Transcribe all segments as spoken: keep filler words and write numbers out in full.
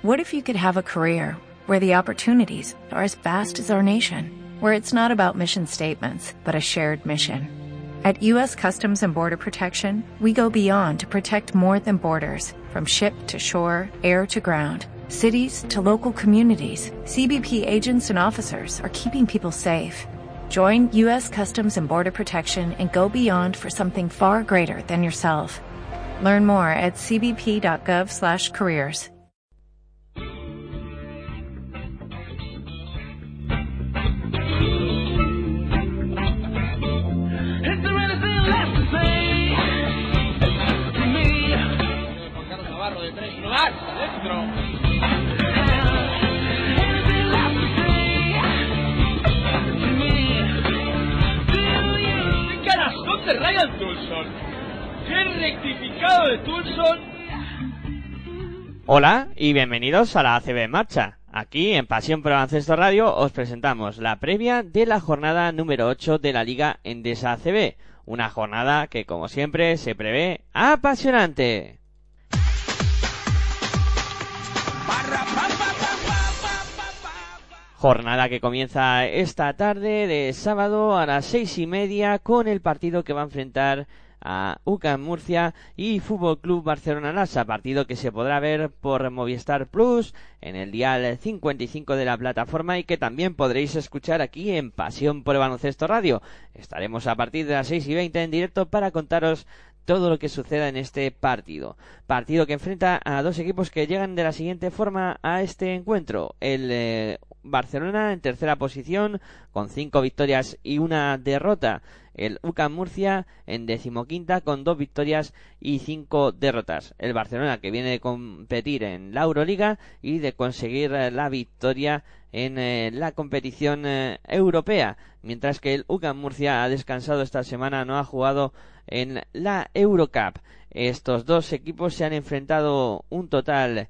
What if you could have a career where the opportunities are as vast as our nation, where it's not about mission statements, but a shared mission? At U S Customs and Border Protection, we go beyond to protect more than borders, from ship to shore, air to ground, cities to local communities. C B P agents and officers are keeping people safe. Join U S Customs and Border Protection and go beyond for something far greater than yourself. Learn more at cbp.gov slash careers. ¡Qué Ryan Tulson! ¡Qué rectificado de Tulson! Hola y bienvenidos a la A C B en marcha. Aquí en Pasión por Baloncesto Radio os presentamos la previa de la jornada número ocho de la Liga Endesa A C B. Una jornada que, como siempre, se prevé apasionante. Jornada que comienza esta tarde de sábado a las seis y media con el partido que va a enfrentar a U C A M Murcia y Fútbol Club Barcelona Lassa, partido que se podrá ver por Movistar Plus en el dial cincuenta y cinco de la plataforma y que también podréis escuchar aquí en Pasión por el Baloncesto Radio. Estaremos a partir de las seis y veinte en directo para contaros todo lo que suceda en este partido. Partido que enfrenta a dos equipos que llegan de la siguiente forma a este encuentro. El eh, Barcelona en tercera posición con cinco victorias y una derrota. El U C A M Murcia en decimoquinta con dos victorias y cinco derrotas. El Barcelona que viene de competir en la Euroliga y de conseguir la victoria en eh, la competición eh, europea, mientras que el U C A M Murcia ha descansado esta semana, no ha jugado en la Eurocup. Estos dos equipos se han enfrentado un total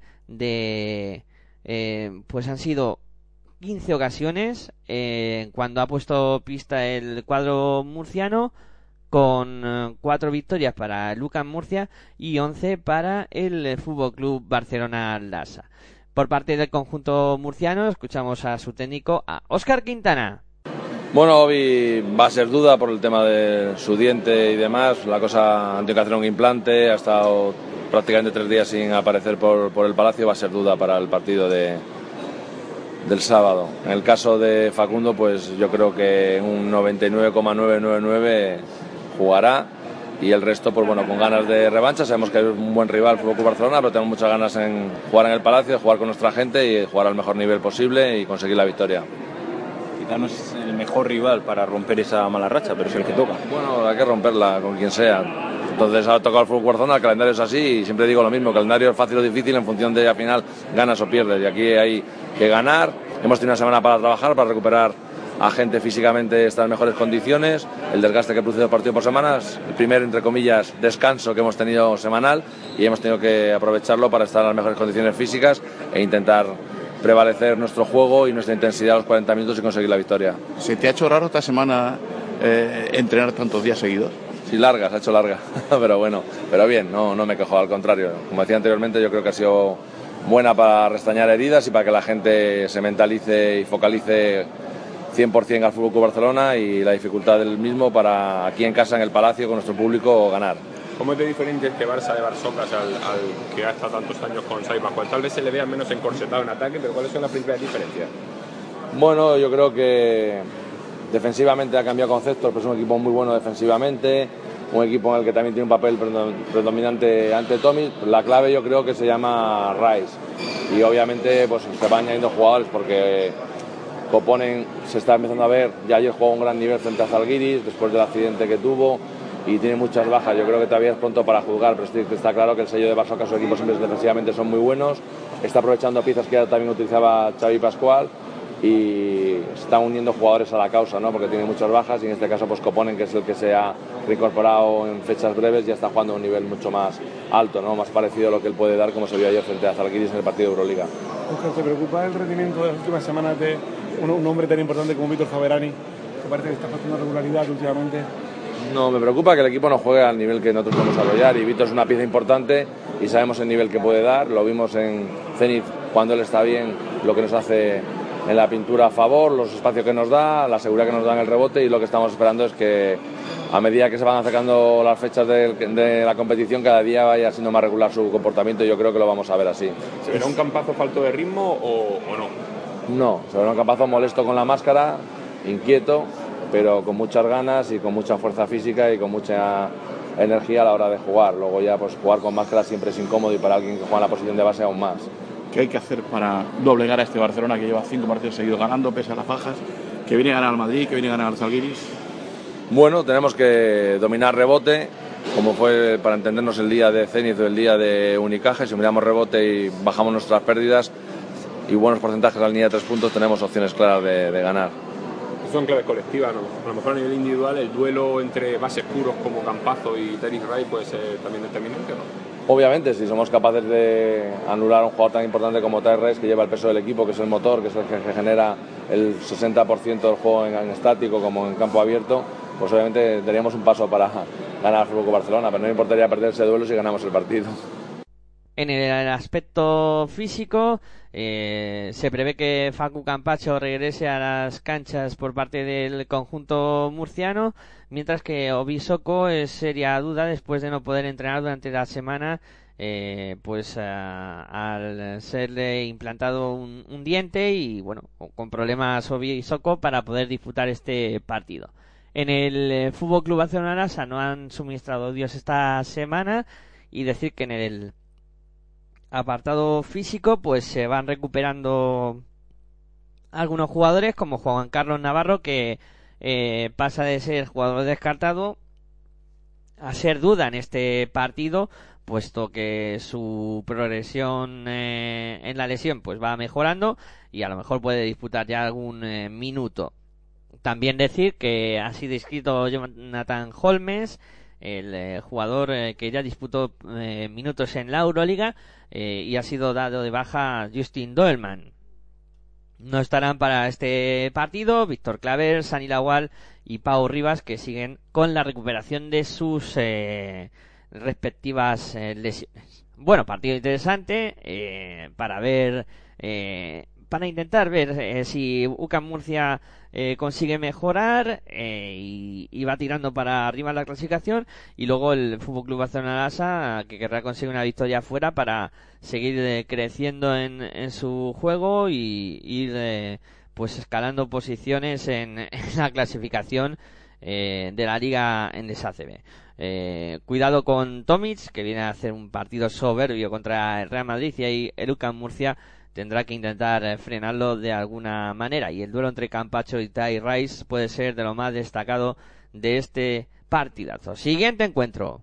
de eh, pues han sido quince ocasiones eh, cuando ha puesto pista el cuadro murciano, con eh, cuatro victorias para el U C A M Murcia y once para el Fútbol Club Barcelona Lassa. Por parte del conjunto murciano escuchamos a su técnico, a Óscar Quintana. Bueno, Obi va a ser duda por el tema de su diente y demás. La cosa, han tenido que hacer un implante, ha estado prácticamente tres días sin aparecer por, por el Palacio, va a ser duda para el partido de del sábado. En el caso de Facundo, pues yo creo que un noventa y nueve coma novecientos noventa y nueve jugará y el resto, pues bueno, con ganas de revancha. Sabemos que es un buen rival el Fútbol Club Barcelona, pero tenemos muchas ganas en jugar en el Palacio, jugar con nuestra gente y jugar al mejor nivel posible y conseguir la victoria. Quizá no es el mejor rival para romper esa mala racha, pero es el que toca. Bueno, hay que romperla con quien sea. Entonces ha tocado el Fútbol Club Barcelona, el calendario es así y siempre digo lo mismo, el calendario es fácil o difícil en función de al final ganas o pierdes y aquí hay que ganar. Hemos tenido una semana para trabajar, para recuperar a gente físicamente, estar en mejores condiciones, el desgaste que produce el partido por semanas, el primer, entre comillas, descanso que hemos tenido semanal y hemos tenido que aprovecharlo para estar en las mejores condiciones físicas e intentar prevalecer nuestro juego y nuestra intensidad a los cuarenta minutos y conseguir la victoria. ¿Se te ha hecho raro esta semana eh, entrenar tantos días seguidos? Sí, larga, se ha hecho larga, pero bueno, pero bien, no, no me quejo, al contrario. Como decía anteriormente, yo creo que ha sido buena para restañar heridas y para que la gente se mentalice y focalice cien por ciento al Fútbol Club Barcelona y la dificultad del mismo para aquí en casa, en el Palacio, con nuestro público, ganar. ¿Cómo es de diferente este Barça de Barsocas al, al que ha estado tantos años con Xavi Pascual? Tal vez se le vea menos encorsetado en ataque, pero ¿cuáles son las principales diferencias? Bueno, yo creo que defensivamente ha cambiado conceptos, pero es un equipo muy bueno defensivamente, un equipo en el que también tiene un papel predominante ante Tommy. La clave yo creo que se llama Rice y obviamente pues se van añadiendo jugadores porque Koponen se está empezando a ver, ya ayer jugó a un gran nivel frente a Zalgiris después del accidente que tuvo y tiene muchas bajas. Yo creo que todavía es pronto para juzgar, pero está claro que el sello de Barça, sus equipos siempre defensivamente son muy buenos, está aprovechando piezas que ya también utilizaba Xavi Pascual y están uniendo jugadores a la causa, ¿no? Porque tiene muchas bajas y en este caso pues Koponen, que es el que se ha reincorporado en fechas breves, ya está jugando a un nivel mucho más alto, ¿no? Más parecido a lo que él puede dar, como se vio ayer frente a Zalgiris en el partido de Euroliga. Oscar, ¿te preocupa el rendimiento de las últimas semanas de un, un hombre tan importante como Vítor Faberani, que parece que está faltando regularidad últimamente? No, me preocupa que el equipo no juegue al nivel que nosotros podemos desarrollar, y Víctor es una pieza importante y sabemos el nivel que puede dar. Lo vimos en Zenit cuando él está bien, lo que nos hace en la pintura a favor, los espacios que nos da, la seguridad que nos da en el rebote, y lo que estamos esperando es que a medida que se van acercando las fechas de, de la competición, cada día vaya siendo más regular su comportamiento, y yo creo que lo vamos a ver así. ¿Se verá un Campazo falto de ritmo o, o no? No, se verá un Campazo molesto con la máscara, inquieto, pero con muchas ganas y con mucha fuerza física y con mucha energía a la hora de jugar. Luego ya pues jugar con máscara siempre es incómodo, y para alguien que juega en la posición de base aún más. ¿Qué hay que hacer para doblegar a este Barcelona que lleva cinco partidos seguidos ganando pese a las bajas, que viene a ganar al Madrid, que viene a ganar al Zalgiris? Bueno, tenemos que dominar rebote, como fue, para entendernos, el día de Zenit o el día de Unicaja. Si miramos rebote y bajamos nuestras pérdidas y buenos porcentajes a la línea de tres puntos, tenemos opciones claras de, de ganar. Son claves colectivas, ¿no? A lo mejor a nivel individual el duelo entre bases puros como Campazo y Dennis Wright puede ser también determinante, ¿no? Obviamente, si somos capaces de anular a un jugador tan importante como Ty Rice, que lleva el peso del equipo, que es el motor, que es el que genera el sesenta por ciento del juego en, en estático como en campo abierto, pues obviamente daríamos un paso para ganar al F C Barcelona, pero no me importaría perder ese duelo si ganamos el partido. En el aspecto físico, eh, se prevé que Facu Campacho regrese a las canchas por parte del conjunto murciano, mientras que Obi Socco es seria duda después de no poder entrenar durante la semana, eh, pues uh, al serle implantado un, un diente, y bueno, con problemas Obi Socco para poder disputar este partido. En el eh, F C Barcelona Lassa no han suministrado audios esta semana, y decir que en el apartado físico pues se van recuperando algunos jugadores, como Juan Carlos Navarro, que eh, pasa de ser jugador descartado a ser duda en este partido, puesto que su progresión eh, en la lesión pues va mejorando y a lo mejor puede disputar ya algún eh, minuto. También decir que ha sido inscrito Jonathan Holmes, el eh, jugador eh, que ya disputó eh, minutos en la Euroliga, eh, y ha sido dado de baja Justin Doelman. No estarán para este partido Víctor Claver, Sani Lawal y Pau Rivas, que siguen con la recuperación de sus eh, respectivas eh, lesiones. Bueno, partido interesante eh, para ver, eh, para intentar ver eh, si U C A M Murcia eh, consigue mejorar eh, y, y va tirando para arriba la clasificación, y luego el F C Barcelona Lassa, que querrá conseguir una victoria fuera para seguir eh, creciendo en, en su juego y ir eh, pues escalando posiciones en, en la clasificación eh, de la Liga Endesa A C B. Eh, cuidado con Tomic, que viene a hacer un partido soberbio contra el Real Madrid, y ahí el U C A M Murcia tendrá que intentar frenarlo de alguna manera, y el duelo entre Campacho y Ty Rice puede ser de lo más destacado de este partidazo. Siguiente encuentro.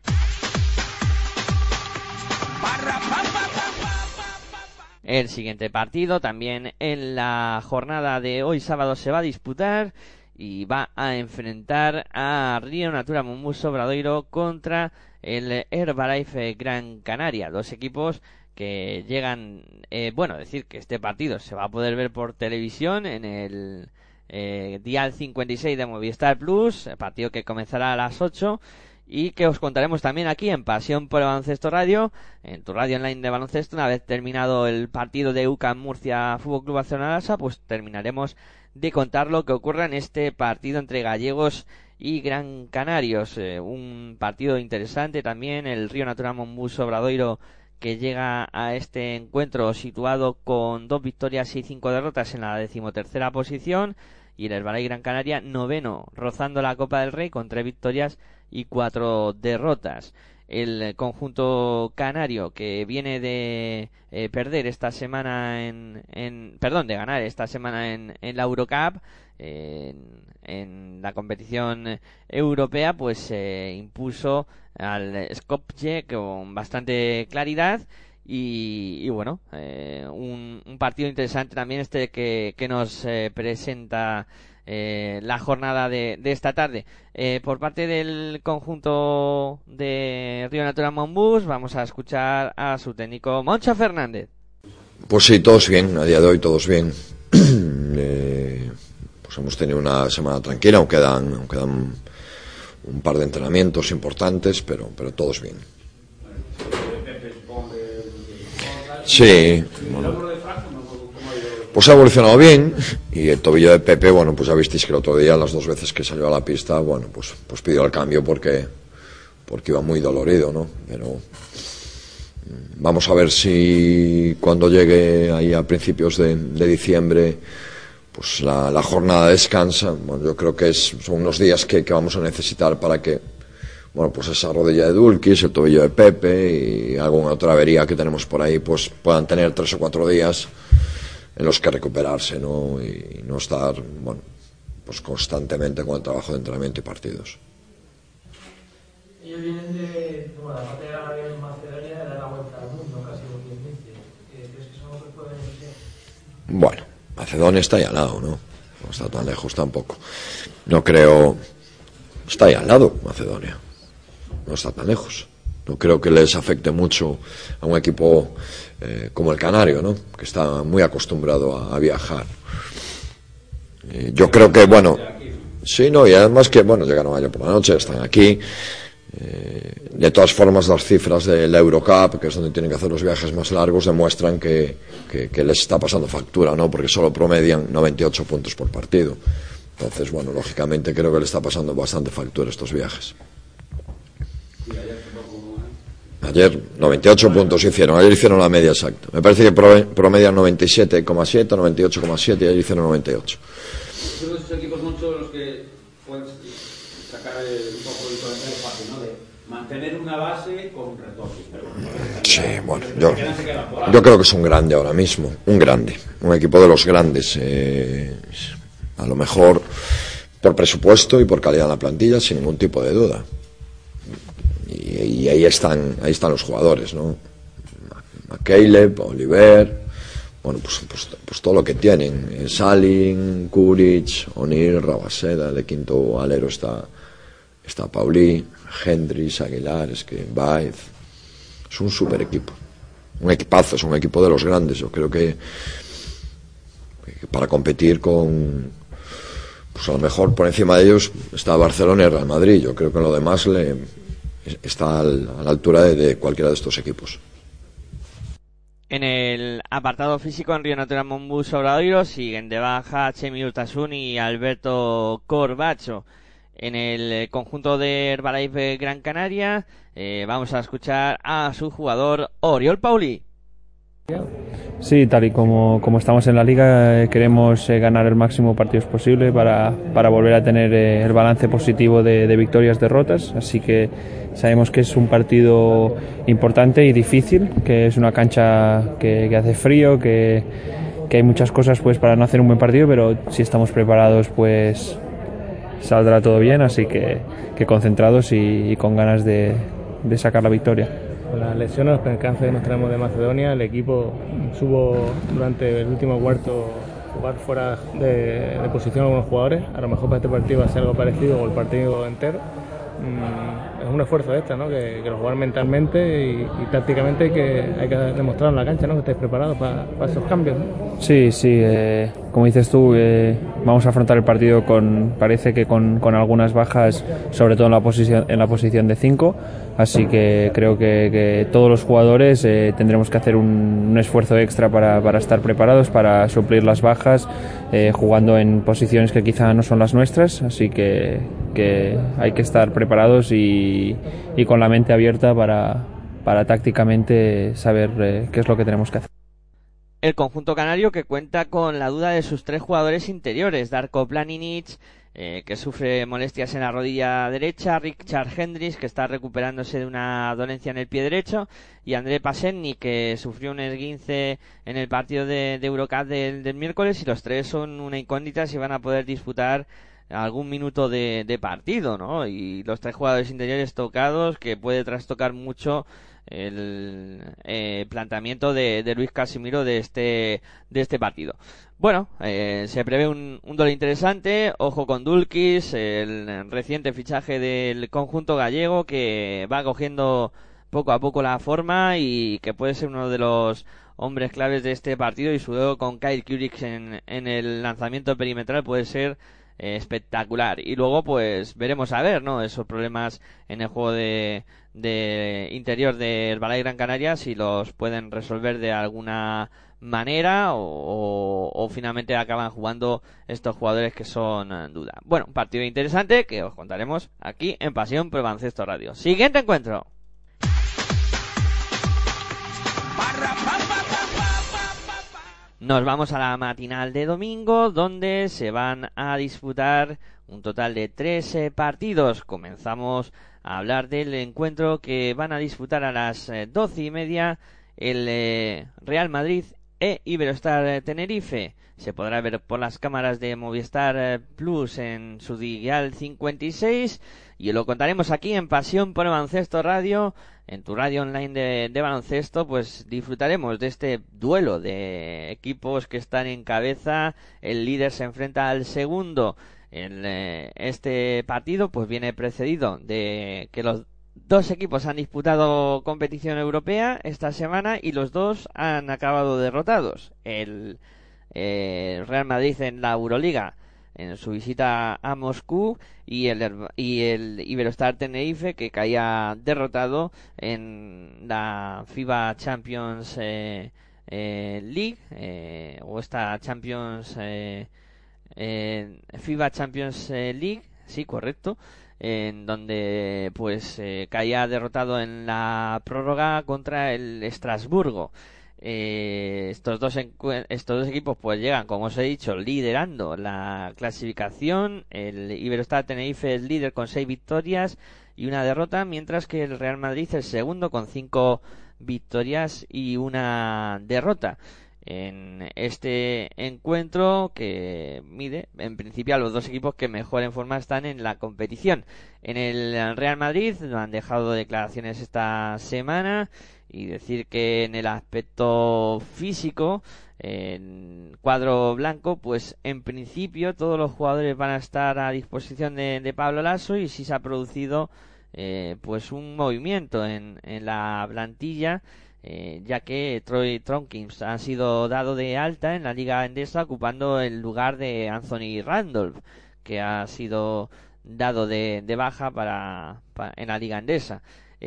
El siguiente partido también en la jornada de hoy sábado se va a disputar y va a enfrentar a Río Natura Monbus Obradoiro contra el Herbalife Gran Canaria, dos equipos que llegan, eh, bueno, decir que este partido se va a poder ver por televisión en el eh, dial cincuenta y seis de Movistar Plus, el partido que comenzará a las ocho, y que os contaremos también aquí en Pasión por el Baloncesto Radio, en tu radio online de baloncesto. Una vez terminado el partido de U C A M Murcia F C Barcelona Lassa, pues terminaremos de contar lo que ocurra en este partido entre gallegos y Gran Canarios, eh, un partido interesante también. El Río Natura Monbus Obradoiro, que llega a este encuentro situado con dos victorias y cinco derrotas en la decimotercera posición, y el Herbalife Gran Canaria noveno, rozando la Copa del Rey con tres victorias y cuatro derrotas. El conjunto canario, que viene de eh, perder esta semana en, en perdón, de ganar esta semana en, en la Eurocup, eh, en, en la competición europea, pues eh, impuso al Skopje con bastante claridad. Y, y bueno, eh, un, un partido interesante también este que, que nos eh, presenta eh, la jornada de, de esta tarde. Eh, por parte del conjunto de Río Natura Monbus, vamos a escuchar a su técnico Moncho Fernández. Pues sí, todos bien, a día de hoy todos bien. eh, pues hemos tenido una semana tranquila, aún quedan, aún quedan un par de entrenamientos importantes, pero, pero todos bien. Sí, bueno, pues ha evolucionado bien, y el tobillo de Pepe, bueno, pues ya visteis que el otro día, las dos veces que salió a la pista, bueno, pues, pues pidió el cambio porque, porque iba muy dolorido, ¿no? Pero vamos a ver si cuando llegue ahí a principios de, de diciembre, pues la, la jornada descansa. Bueno, yo creo que es, son unos días que, que vamos a necesitar para que, bueno, pues esa rodilla de Dulkis, el tobillo de Pepe y alguna otra avería que tenemos por ahí, pues puedan tener tres o cuatro días en los que recuperarse, ¿no? Y no estar, bueno, pues constantemente con el trabajo de entrenamiento y partidos. Ellos vienen de, bueno, la parte de ahora vienen en Macedonia, de dar la vuelta al mundo, casi lo que dice. ¿Crees que son lo que pueden ser? Bueno, Macedonia está ahí al lado, ¿no? No está tan lejos tampoco. No creo... Está ahí al lado, Macedonia. No está tan lejos. No creo que les afecte mucho a un equipo eh, como el Canario, ¿no? Que está muy acostumbrado a, a viajar. Eh, yo creo que, bueno... Sí, no, y además que, bueno, llegaron ayer por la noche, están aquí. Eh, de todas formas, las cifras del Eurocup, que es donde tienen que hacer los viajes más largos, demuestran que, que, que les está pasando factura, ¿no? Porque solo promedian noventa y ocho puntos por partido. Entonces, bueno, lógicamente creo que le está pasando bastante factura estos viajes. Ayer noventa y ocho puntos hicieron, ayer hicieron la media exacta. Me parece que promedian noventa y siete coma siete, noventa y ocho coma siete y ayer hicieron noventa y ocho. Son esos equipos muchos los que pueden sacar un poco el comentario fácil, ¿no? De mantener una base con retoques. Sí, bueno, yo, yo creo que es un grande ahora mismo, un grande, un equipo de los grandes. Eh, a lo mejor por presupuesto y por calidad en la plantilla, sin ningún tipo de duda. Y, y ahí están, ahí están los jugadores, ¿no? McCaleb, Oliver, bueno, pues, pues, pues todo lo que tienen. Eh, Salin, Kuric, O'Neill, Rabaseda, de quinto alero está, está Pauli, Hendrix, Aguilar, es que Baez. Es un super equipo. Un equipazo, es un equipo de los grandes. Yo creo que, que para competir con, pues a lo mejor por encima de ellos está Barcelona y Real Madrid. Yo creo que en lo demás le, está al, a la altura de, de cualquiera de estos equipos. En el apartado físico, en Río Natura Monbus Obradoiro siguen de baja Chemi Urtasun y Alberto Corbacho. En el conjunto de Herbalife Gran Canaria eh, vamos a escuchar a su jugador Oriol Pauli. Sí, tal y como, como estamos en la liga, eh, queremos eh, ganar el máximo partidos posible para, para volver a tener eh, el balance positivo de, de victorias, derrotas, así que sabemos que es un partido importante y difícil, que es una cancha que, que hace frío, que, que hay muchas cosas pues para no hacer un buen partido, pero si estamos preparados pues saldrá todo bien, así que, que concentrados y, y con ganas de, de sacar la victoria. Con las lesiones, los percances que nos tenemos de Macedonia, el equipo supo durante el último cuarto jugar fuera de, de posición a algunos jugadores. A lo mejor para este partido va a ser algo parecido o el partido entero. Mm, es un esfuerzo extra, ¿no? Que, que lo jugar mentalmente y, y tácticamente hay que, hay que demostrar en la cancha, ¿no? Que estáis preparados para, para esos cambios, ¿no? Sí, sí, eh, como dices tú, eh, vamos a afrontar el partido con, parece que con, con algunas bajas, sobre todo en la posición, en la posición de cinco, así que creo que, que todos los jugadores eh, tendremos que hacer un, un esfuerzo extra para, para estar preparados, para suplir las bajas, eh, jugando en posiciones que quizá no son las nuestras, así que, que hay que estar preparados y, y con la mente abierta para, para tácticamente saber eh, qué es lo que tenemos que hacer. El conjunto canario que cuenta con la duda de sus tres jugadores interiores, Darko Planinic, eh, que sufre molestias en la rodilla derecha, Richard Hendrix, que está recuperándose de una dolencia en el pie derecho, y André Pasenni, que sufrió un esguince en el partido de, de Eurocup del, del miércoles, y los tres son una incógnita si van a poder disputar algún minuto de, de partido, ¿no? Y los tres jugadores interiores tocados, que puede trastocar mucho el eh, planteamiento de, de Luis Casimiro de este de este partido. Bueno, eh, se prevé un, un duelo interesante. Ojo con Dulkis, el reciente fichaje del conjunto gallego, que va cogiendo poco a poco la forma y que puede ser uno de los hombres claves de este partido, y su duelo con Kyle Kuric en, en el lanzamiento perimetral puede ser eh, espectacular. Y luego pues veremos a ver, ¿no? Esos problemas en el juego de, de interior de Herbalife Gran Canaria, si los pueden resolver de alguna manera o, o, o finalmente acaban jugando estos jugadores que son en duda. Bueno, un partido interesante que os contaremos aquí en Pasión por Baloncesto Radio. Siguiente encuentro. Nos vamos a la matinal de domingo, donde se van a disputar un total de trece partidos. Comenzamos a hablar del encuentro que van a disputar a las doce y media el eh, Real Madrid e Iberostar Tenerife. Se podrá ver por las cámaras de Movistar Plus en su dial cincuenta y seis y lo contaremos aquí en Pasión por el Baloncesto Radio, en tu radio online de, de baloncesto. Pues disfrutaremos de este duelo de equipos que están en cabeza. El líder se enfrenta al segundo. El, eh, este partido pues viene precedido de que los dos equipos han disputado competición europea esta semana y los dos han acabado derrotados. El eh, Real Madrid en la Euroliga en su visita a Moscú y el, y el Iberostar Tenerife, que caía derrotado en la FIBA Champions eh, eh, League eh, o esta Champions eh, eh, FIBA Champions League, sí, correcto, en donde pues eh, caía derrotado en la prórroga contra el Estrasburgo. Eh, estos dos estos dos equipos pues llegan, como os he dicho, liderando la clasificación. El Iberostar Tenerife es líder con seis victorias y una derrota, mientras que el Real Madrid es segundo con cinco victorias y una derrota. En este encuentro que mide en principio a los dos equipos que mejor en forma están en la competición. En el Real Madrid no han dejado declaraciones esta semana y decir que en el aspecto físico, en cuadro blanco, pues en principio todos los jugadores van a estar a disposición de, de Pablo Lasso, y si se ha producido eh, pues un movimiento en, en la plantilla. Eh, ya que Troy Tronkins ha sido dado de alta en la Liga Endesa, ocupando el lugar de Anthony Randolph, que ha sido dado de, de baja para, para en la Liga Endesa.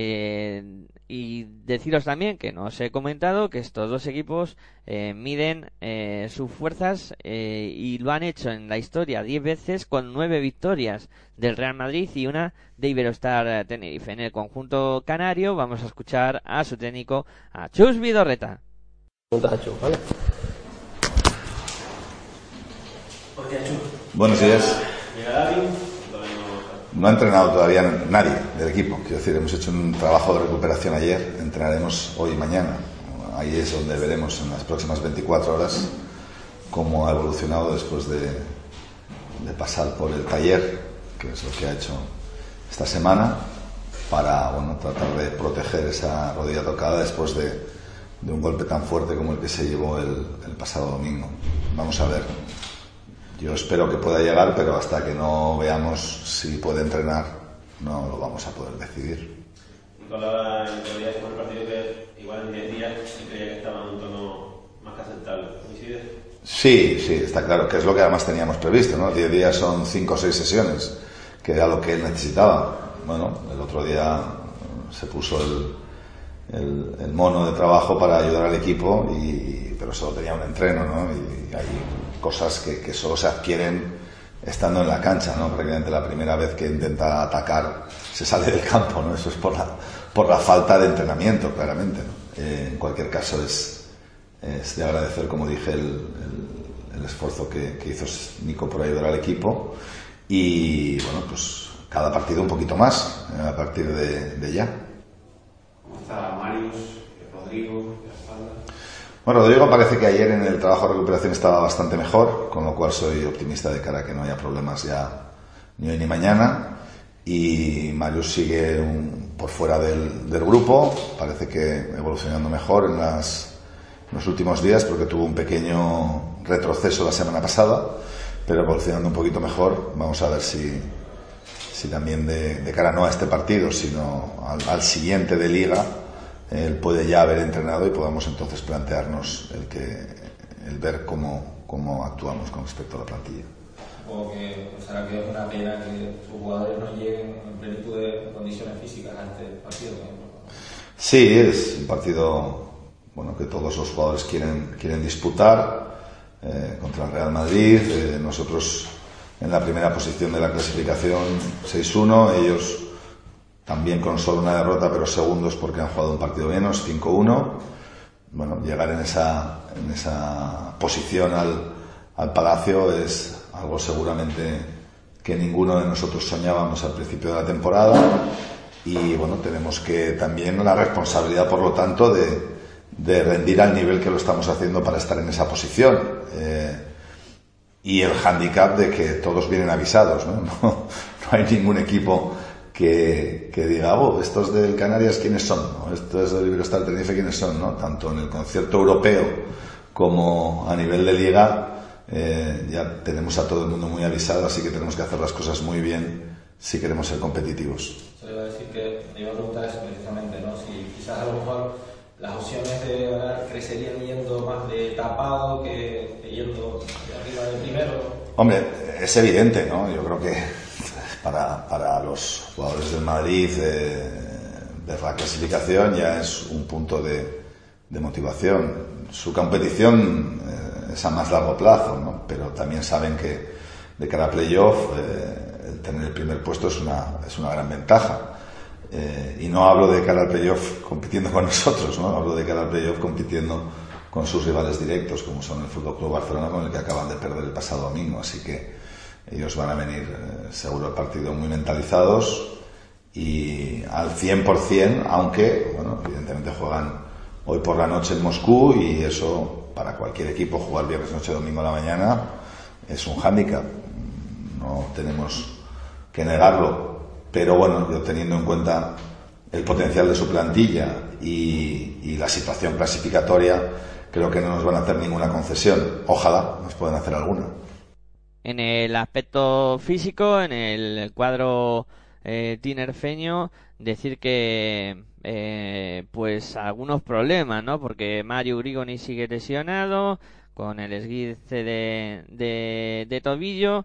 Eh, y deciros también que no os he comentado que estos dos equipos eh, miden eh, sus fuerzas eh, y lo han hecho en la historia diez veces, con nueve victorias del Real Madrid y una de Iberostar Tenerife. En el conjunto canario vamos a escuchar a su técnico, a Chus Vidorreta. Buenos días. No ha entrenado todavía nadie del equipo. Quiero decir, hemos hecho un trabajo de recuperación ayer. Entrenaremos hoy y mañana. Ahí es donde veremos en las próximas veinticuatro horas cómo ha evolucionado después de, de pasar por el taller, que es lo que ha hecho esta semana, para bueno, tratar de proteger esa rodilla tocada después de, de un golpe tan fuerte como el que se llevó el, el pasado domingo. Vamos a ver. Yo espero que pueda llegar, pero hasta que no veamos si puede entrenar, no lo vamos a poder decidir. Nicolás, en teoría, con el partido que igual en diez días sí creía que estaba en un tono más que aceptable. ¿Coincide? Sí, sí, está claro, que es lo que además teníamos previsto, ¿no? diez días son cinco o seis sesiones, que era lo que él necesitaba. Bueno, el otro día se puso el, el, el mono de trabajo para ayudar al equipo, y, pero solo tenía un entreno, ¿no? Y hay cosas que, que solo se adquieren estando en la cancha, ¿no? Prácticamente la primera vez que intenta atacar se sale del campo, ¿no? Eso es por la, por la falta de entrenamiento, claramente, ¿no? Eh, en cualquier caso es, es de agradecer, como dije, el, el, el esfuerzo que, que hizo Nico por ayudar al equipo, y bueno, pues cada partido un poquito más eh, a partir de, de ya. ¿Cómo está Marius, Rodrigo? Bueno, Rodrigo parece que ayer en el trabajo de recuperación estaba bastante mejor, con lo cual soy optimista de cara a que no haya problemas ya ni hoy ni mañana. Y Marius sigue un, por fuera del, del grupo, parece que evolucionando mejor en, las, en los últimos días, porque tuvo un pequeño retroceso la semana pasada, pero evolucionando un poquito mejor. Vamos a ver si, si también de, de cara no a este partido, sino al, al siguiente de Liga, él puede ya haber entrenado y podamos entonces plantearnos el que el ver cómo, cómo actuamos con respecto a la plantilla. supongo que pensará que es una pena que sus jugadores no lleguen en plenitud de condiciones físicas a este partido. Sí, es un partido bueno que todos los jugadores quieren, quieren disputar eh, contra el Real Madrid. Eh, nosotros en la primera posición de la clasificación seis uno, ellos también con solo una derrota, pero segundos porque han jugado un partido menos, cinco uno. Bueno, llegar en esa, en esa posición al, al Palacio es algo seguramente que ninguno de nosotros soñábamos al principio de la temporada, y bueno, tenemos que también la responsabilidad, por lo tanto, de, de rendir al nivel que lo estamos haciendo para estar en esa posición. Eh, y el hándicap de que todos vienen avisados, ¿no? No, no hay ningún equipo Que, que diga, oh, estos del Canarias, ¿quiénes son? ¿No? Estos del Iberostar Tenerife, ¿quiénes son? ¿No? Tanto en el concierto europeo como a nivel de liga, eh, ya tenemos a todo el mundo muy avisado, así que tenemos que hacer las cosas muy bien si queremos ser competitivos. Se le iba a decir que me iba a preguntar eso precisamente, ¿no? Si quizás a lo mejor las opciones de ganar crecerían yendo más de tapado que, que yendo de arriba del primero. Hombre, es evidente, ¿no? Yo creo que Para, para los jugadores del Madrid eh, ver la clasificación ya es un punto de, de motivación. Su competición eh, es a más largo plazo, ¿no? Pero también saben que de cara a playoff eh, el tener el primer puesto es una, es una gran ventaja. Eh, y no hablo de cara al playoff compitiendo con nosotros, ¿no? Hablo de cara al playoff compitiendo con sus rivales directos, como son el F C Barcelona, con el que acaban de perder el pasado domingo. Así que ellos van a venir eh, seguro al partido muy mentalizados y al cien por ciento, aunque bueno, evidentemente juegan hoy por la noche en Moscú, y eso para cualquier equipo, jugar viernes noche, domingo a la mañana, es un hándicap, no tenemos que negarlo. Pero bueno, yo teniendo en cuenta el potencial de su plantilla y, y la situación clasificatoria, creo que no nos van a hacer ninguna concesión. Ojalá nos puedan hacer alguna. En el aspecto físico, en el cuadro eh, tinerfeño, decir que eh, pues algunos problemas, ¿no? Porque Mario Grigoni sigue lesionado con el esguince de, de, de tobillo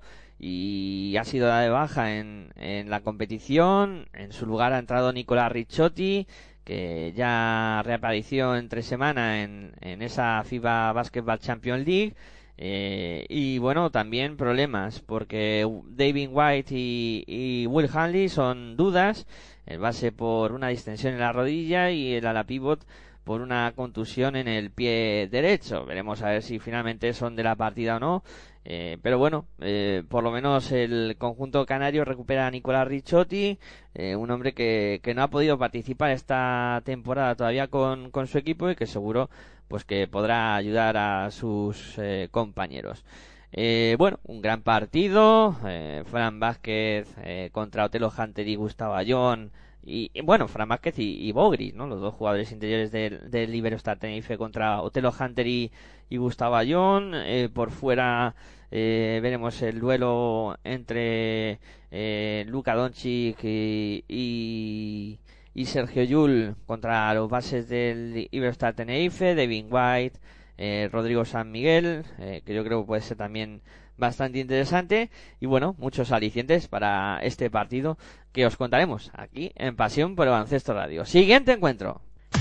y ha sido dado de baja en, en la competición. En su lugar ha entrado Nicolás Ricciotti, que ya reapareció entre semana en, en esa FIBA Basketball Champions League. Eh, y bueno, también problemas porque David White y, y Will Hanley son dudas, el base por una distensión en la rodilla y el ala pivot por una contusión en el pie derecho. Veremos a ver si finalmente son de la partida o no. Eh, pero bueno, eh, por lo menos el conjunto canario recupera a Nicolás Ricciotti, eh, un hombre que, que no ha podido participar esta temporada todavía con, con su equipo, y que seguro pues que podrá ayudar a sus eh, compañeros. Eh, bueno, un gran partido. eh, Fran Vázquez eh, contra Otelo Hunter y Gustavo Ayón. Y, y bueno, Fran Vázquez y, y Bogris, ¿no? Los dos jugadores interiores del, del Iberostar Tenerife contra Otelo Hunter y, y Gustavo Ayón. Eh, por fuera eh, veremos el duelo entre eh, Luka Doncic y, y, y Sergio Llull contra los bases del Iberostar Tenerife, Devin White, eh, Rodrigo San Miguel, eh, que yo creo que puede ser también bastante interesante. Y bueno, muchos alicientes para este partido que os contaremos aquí en Pasión por el Baloncesto Radio. Siguiente encuentro.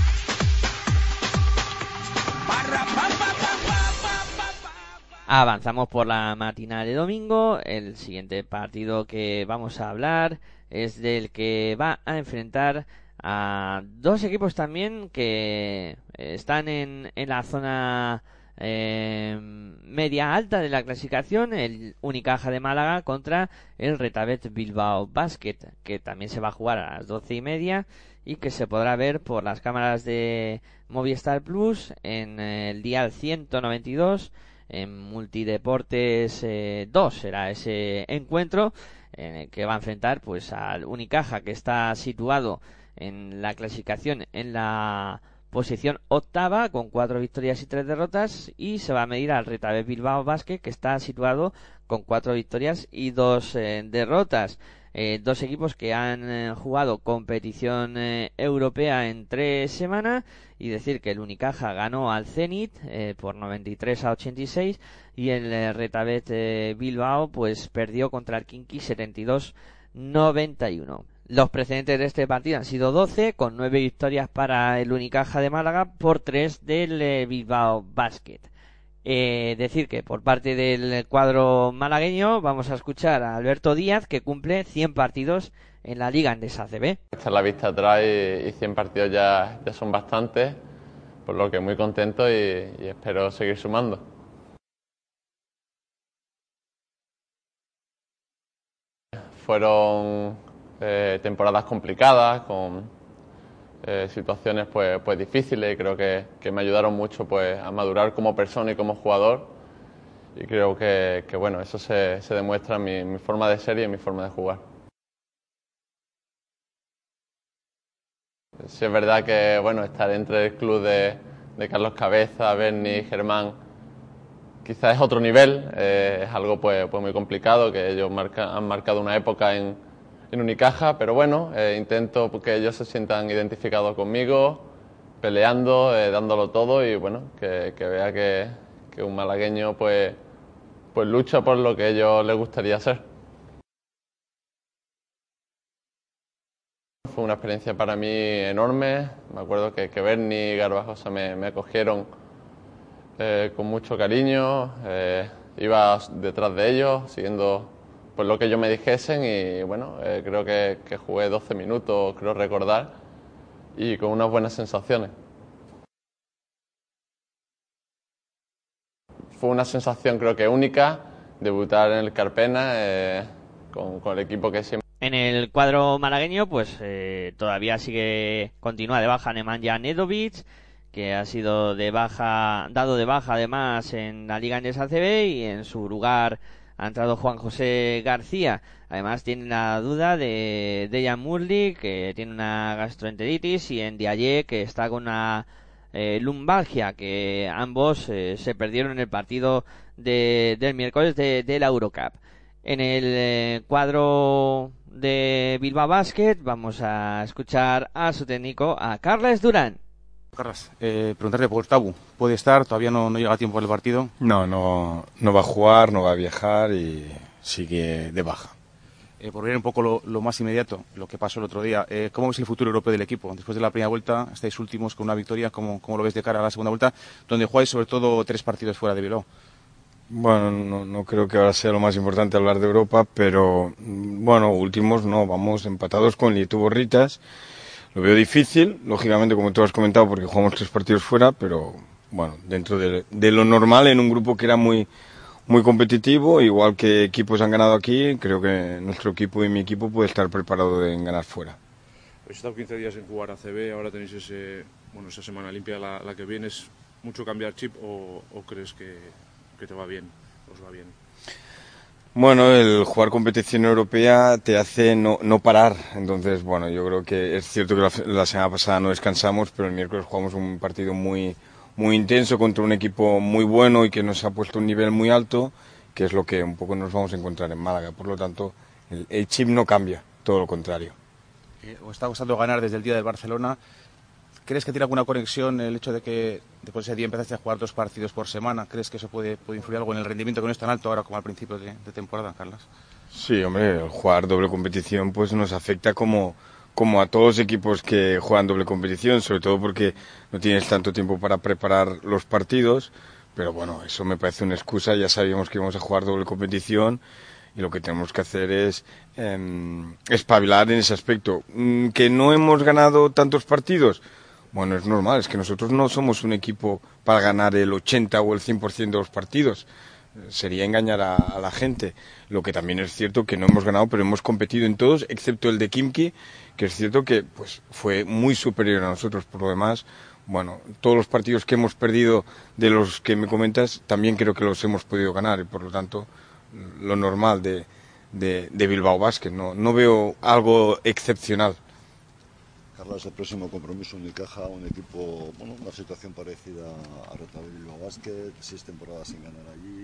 Avanzamos por la matinal de domingo. El siguiente partido que vamos a hablar es del que va a enfrentar a dos equipos también que están en, en la zona Eh, media alta de la clasificación, el Unicaja de Málaga contra el Retabet Bilbao Basket, que también se va a jugar a las doce y media y que se podrá ver por las cámaras de Movistar Plus en el dial ciento noventa y dos, en Multideportes eh, dos será ese encuentro, en el que va a enfrentar pues al Unicaja, que está situado en la clasificación en la posición octava con cuatro victorias y tres derrotas, y se va a medir al Retabet Bilbao Basket, que está situado con cuatro victorias y dos eh, derrotas. Eh, dos equipos que han eh, jugado competición eh, europea en tres semanas, y decir que el Unicaja ganó al Zenit eh, por noventa y tres a ochenta y seis, y el eh, Retabet eh, Bilbao pues perdió contra el Khimki setenta y dos a noventa y uno. Los precedentes de este partido han sido doce, con nueve victorias para el Unicaja de Málaga por tres del eh, Bilbao Basket. Eh, decir que por parte del cuadro malagueño vamos a escuchar a Alberto Díaz, que cumple cien partidos en la Liga Endesa A C B. Echar la vista atrás y, y cien partidos ya, ya son bastantes, por lo que muy contento y, y espero seguir sumando. Fueron eh, temporadas complicadas, con Eh, situaciones pues, pues difíciles, y creo que, que me ayudaron mucho pues a madurar como persona y como jugador, y creo que, que bueno, eso se, se demuestra en mi, mi forma de ser y en mi forma de jugar. Sí, es verdad que bueno, estar entre el club de, de Carlos Cabeza, Berni y Germán quizás es otro nivel, eh, es algo pues, pues muy complicado, que ellos marca, han marcado una época en en Unicaja, pero bueno, eh, intento que ellos se sientan identificados conmigo, peleando, eh, dándolo todo, y bueno, que, que vea que, que un malagueño pues, pues lucha por lo que a ellos les gustaría ser. Fue una experiencia para mí enorme. Me acuerdo que, que Berni y Garbajosa me, me acogieron eh, con mucho cariño, eh, iba detrás de ellos, siguiendo pues lo que ellos me dijesen, y bueno, eh, creo que, que jugué doce minutos, creo recordar, y con unas buenas sensaciones. Fue una sensación creo que única, debutar en el Carpena eh, con, con el equipo que siempre... En el cuadro malagueño pues eh, todavía sigue, continúa de baja Nemanja Nedovic, que ha sido de baja, dado de baja además en la Liga Endesa A C B, y en su lugar ha entrado Juan José García. Además tiene la duda de Dejan Murli, que tiene una gastroenteritis, y en Diaye, que está con una eh, lumbalgia, que ambos eh, se perdieron en el partido de, del miércoles de, de la Eurocup. En el eh, cuadro de Bilbao Basket vamos a escuchar a su técnico, a Carles Durán. Carlas, eh, preguntarte por Tabu. ¿Puede estar? ¿Todavía no, no llega a tiempo del partido? No, no, no va a jugar, no va a viajar y sigue de baja. Eh, por ver un poco lo, lo más inmediato, lo que pasó el otro día, eh, ¿cómo ves el futuro europeo del equipo? Después de la primera vuelta, estáis últimos con una victoria, ¿cómo, cómo lo ves de cara a la segunda vuelta, donde jugáis sobre todo tres partidos fuera de Bilbao? Bueno, no, no creo que ahora sea lo más importante hablar de Europa, pero bueno, últimos no, vamos empatados con Lietu Borritas. Lo veo difícil, lógicamente, como tú has comentado, porque jugamos tres partidos fuera, pero bueno, dentro de, de lo normal, en un grupo que era muy muy competitivo, igual que equipos han ganado aquí, creo que nuestro equipo y mi equipo puede estar preparado en ganar fuera. Habéis estado quince días en jugar A C B, ahora tenéis ese, bueno, esa semana limpia la, la que viene. ¿Es mucho cambiar chip o, o crees que, que te va bien, os va bien? Bueno, el jugar competición europea te hace no, no parar, entonces bueno, yo creo que es cierto que la, la semana pasada no descansamos, pero el miércoles jugamos un partido muy muy intenso contra un equipo muy bueno y que nos ha puesto un nivel muy alto, que es lo que un poco nos vamos a encontrar en Málaga. Por lo tanto, el, el chip no cambia, todo lo contrario. Eh, os está costando ganar desde el día del Barcelona. ¿Crees que tiene alguna conexión el hecho de que después de ese día empezaste a jugar dos partidos por semana? ¿Crees que eso puede, puede influir algo en el rendimiento, que no es tan alto ahora como al principio de, de temporada, Carlas? Sí, hombre, el jugar doble competición pues nos afecta como, como a todos los equipos que juegan doble competición, sobre todo porque no tienes tanto tiempo para preparar los partidos, pero bueno, eso me parece una excusa, ya sabíamos que íbamos a jugar doble competición y lo que tenemos que hacer es eh, espabilar en ese aspecto. ¿Que no hemos ganado tantos partidos? Bueno, es normal, es que nosotros no somos un equipo para ganar el ochenta o el cien por ciento de los partidos. Sería engañar a, a la gente. Lo que también es cierto que no hemos ganado, pero hemos competido en todos, excepto el de Khimki, que es cierto que pues fue muy superior a nosotros. Por lo demás, bueno, todos los partidos que hemos perdido de los que me comentas, también creo que los hemos podido ganar, y por lo tanto, lo normal de, de, de Bilbao Basket. No, no veo algo excepcional. Carlos, el próximo compromiso Unicaja, un equipo, bueno, una situación parecida a Retabet Bilbao Basket, seis temporadas sin ganar allí.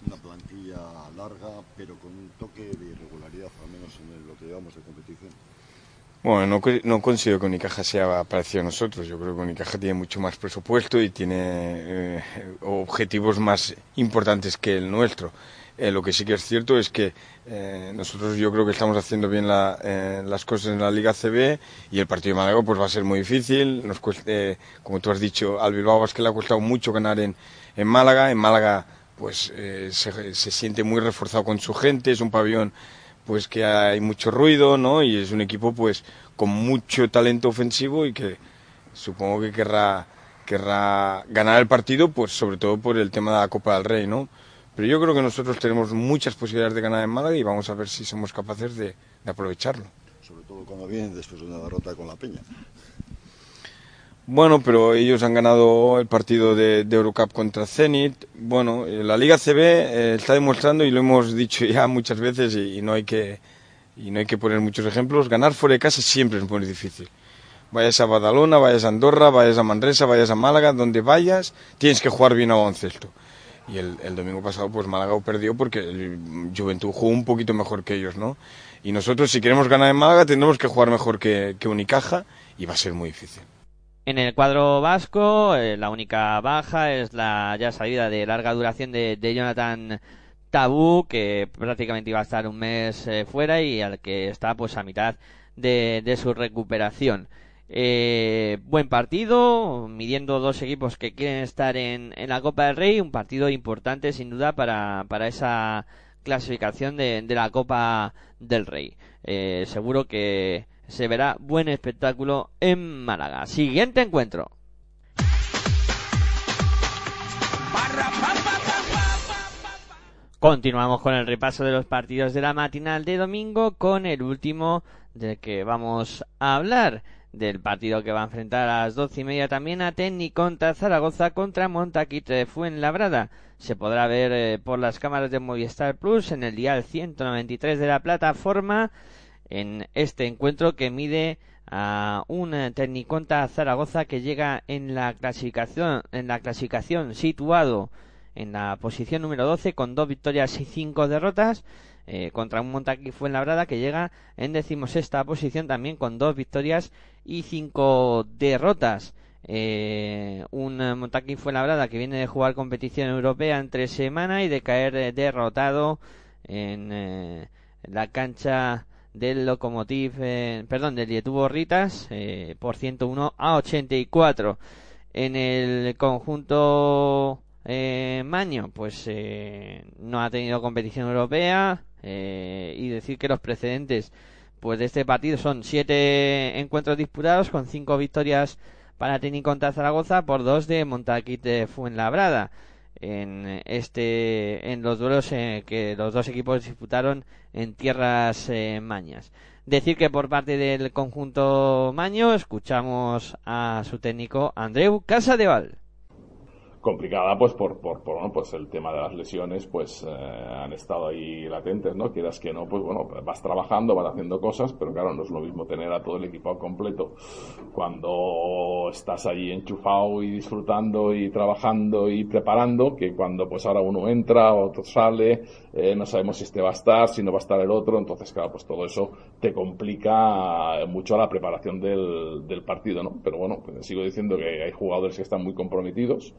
una plantilla larga, pero con un toque de irregularidad, al menos en lo que llevamos de competición. Bueno, no, no considero que Unicaja sea parecido a nosotros. Yo creo que Unicaja tiene mucho más presupuesto y tiene eh, objetivos más importantes que el nuestro. Eh, lo que sí que es cierto es que eh, nosotros yo creo que estamos haciendo bien la, eh, las cosas en la Liga C B y el partido de Málaga pues va a ser muy difícil. Nos cuesta, eh, como tú has dicho, al Bilbao Basket le ha costado mucho ganar en, en Málaga. En Málaga pues eh, se, se siente muy reforzado con su gente, es un pabellón pues que hay mucho ruido, ¿no? Y es un equipo pues con mucho talento ofensivo y que supongo que querrá, querrá ganar el partido, pues sobre todo por el tema de la Copa del Rey, ¿no? Pero yo creo que nosotros tenemos muchas posibilidades de ganar en Málaga y vamos a ver si somos capaces de, de aprovecharlo. Sobre todo cuando vienen después de una derrota con la Peña. Bueno, pero ellos han ganado el partido de, de Eurocup contra Zenit. Bueno, la Liga C B eh, está demostrando, y lo hemos dicho ya muchas veces, y, y no hay que y no hay que poner muchos ejemplos, ganar fuera de casa siempre es muy difícil. Vayas a Badalona, vayas a Andorra, vayas a Manresa, vayas a Málaga, donde vayas, tienes que jugar bien a baloncesto. Y el, el domingo pasado, pues Málaga perdió porque el Juventud jugó un poquito mejor que ellos, ¿no? Y nosotros, si queremos ganar en Málaga, tendremos que jugar mejor que, que Unicaja, y va a ser muy difícil. En el cuadro vasco, eh, la única baja es la ya salida de larga duración de, de Jonathan Tabú, que prácticamente iba a estar un mes eh, fuera y al que está pues a mitad de, de su recuperación. Eh, buen partido, midiendo dos equipos que quieren estar en, en la Copa del Rey, un partido importante sin duda para, para esa clasificación de, de la Copa del Rey. Eh, seguro que se verá buen espectáculo en Málaga. Siguiente encuentro. Continuamos con el repaso de los partidos de la matinal de domingo, con el último del que vamos a hablar, del partido que va a enfrentar a las doce y media también a Técnico contra Zaragoza contra Montaquit de Fuenlabrada. Se podrá ver eh, por las cámaras de Movistar Plus en el dial ciento noventa y tres de la plataforma, en este encuentro que mide a un Técnico contra Zaragoza que llega en la clasificación en la clasificación situado en la posición número doce con dos victorias y cinco derrotas, eh, contra un Montaquit Fuenlabrada que llega en decimosexta posición también con dos victorias y cinco derrotas. Eh, un Montaquit Fuenlabrada que viene de jugar competición europea entre semana y de caer eh, derrotado en eh, la cancha del Lokomotiv, eh, perdón, del Lietuvo Ritas, eh, por ciento uno a ochenta y cuatro. En el conjunto eh, Maño, pues eh, no ha tenido competición europea, eh, y decir que los precedentes pues de este partido son siete encuentros disputados con cinco victorias para Técnico contra Zaragoza por dos de Montaquit de Fuenlabrada. En este en los duelos eh, que los dos equipos disputaron en tierras eh, mañas. Decir que por parte del conjunto maño escuchamos a su técnico Andreu Casadeval. Complicada pues por, por, por bueno, pues el tema de las lesiones pues eh, han estado ahí latentes, ¿no? Quieras que no, pues bueno, vas trabajando, vas haciendo cosas, pero claro, no es lo mismo tener a todo el equipo al completo cuando estás ahí enchufado y disfrutando y trabajando y preparando, que cuando pues ahora uno entra, otro sale, eh, no sabemos si este va a estar, si no va a estar el otro, entonces claro, pues todo eso te complica mucho la preparación del, del partido, ¿no? Pero bueno, pues sigo diciendo que hay jugadores que están muy comprometidos,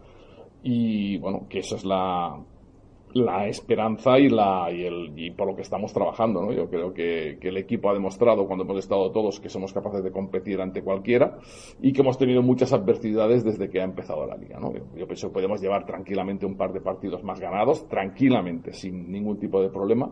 y bueno, que eso es la la esperanza y la y el y por lo que estamos trabajando, ¿no? Yo creo que, que el equipo ha demostrado cuando hemos estado todos que somos capaces de competir ante cualquiera y que hemos tenido muchas adversidades desde que ha empezado la liga, ¿no? Yo, yo pienso que podemos llevar tranquilamente un par de partidos más ganados, tranquilamente, sin ningún tipo de problema,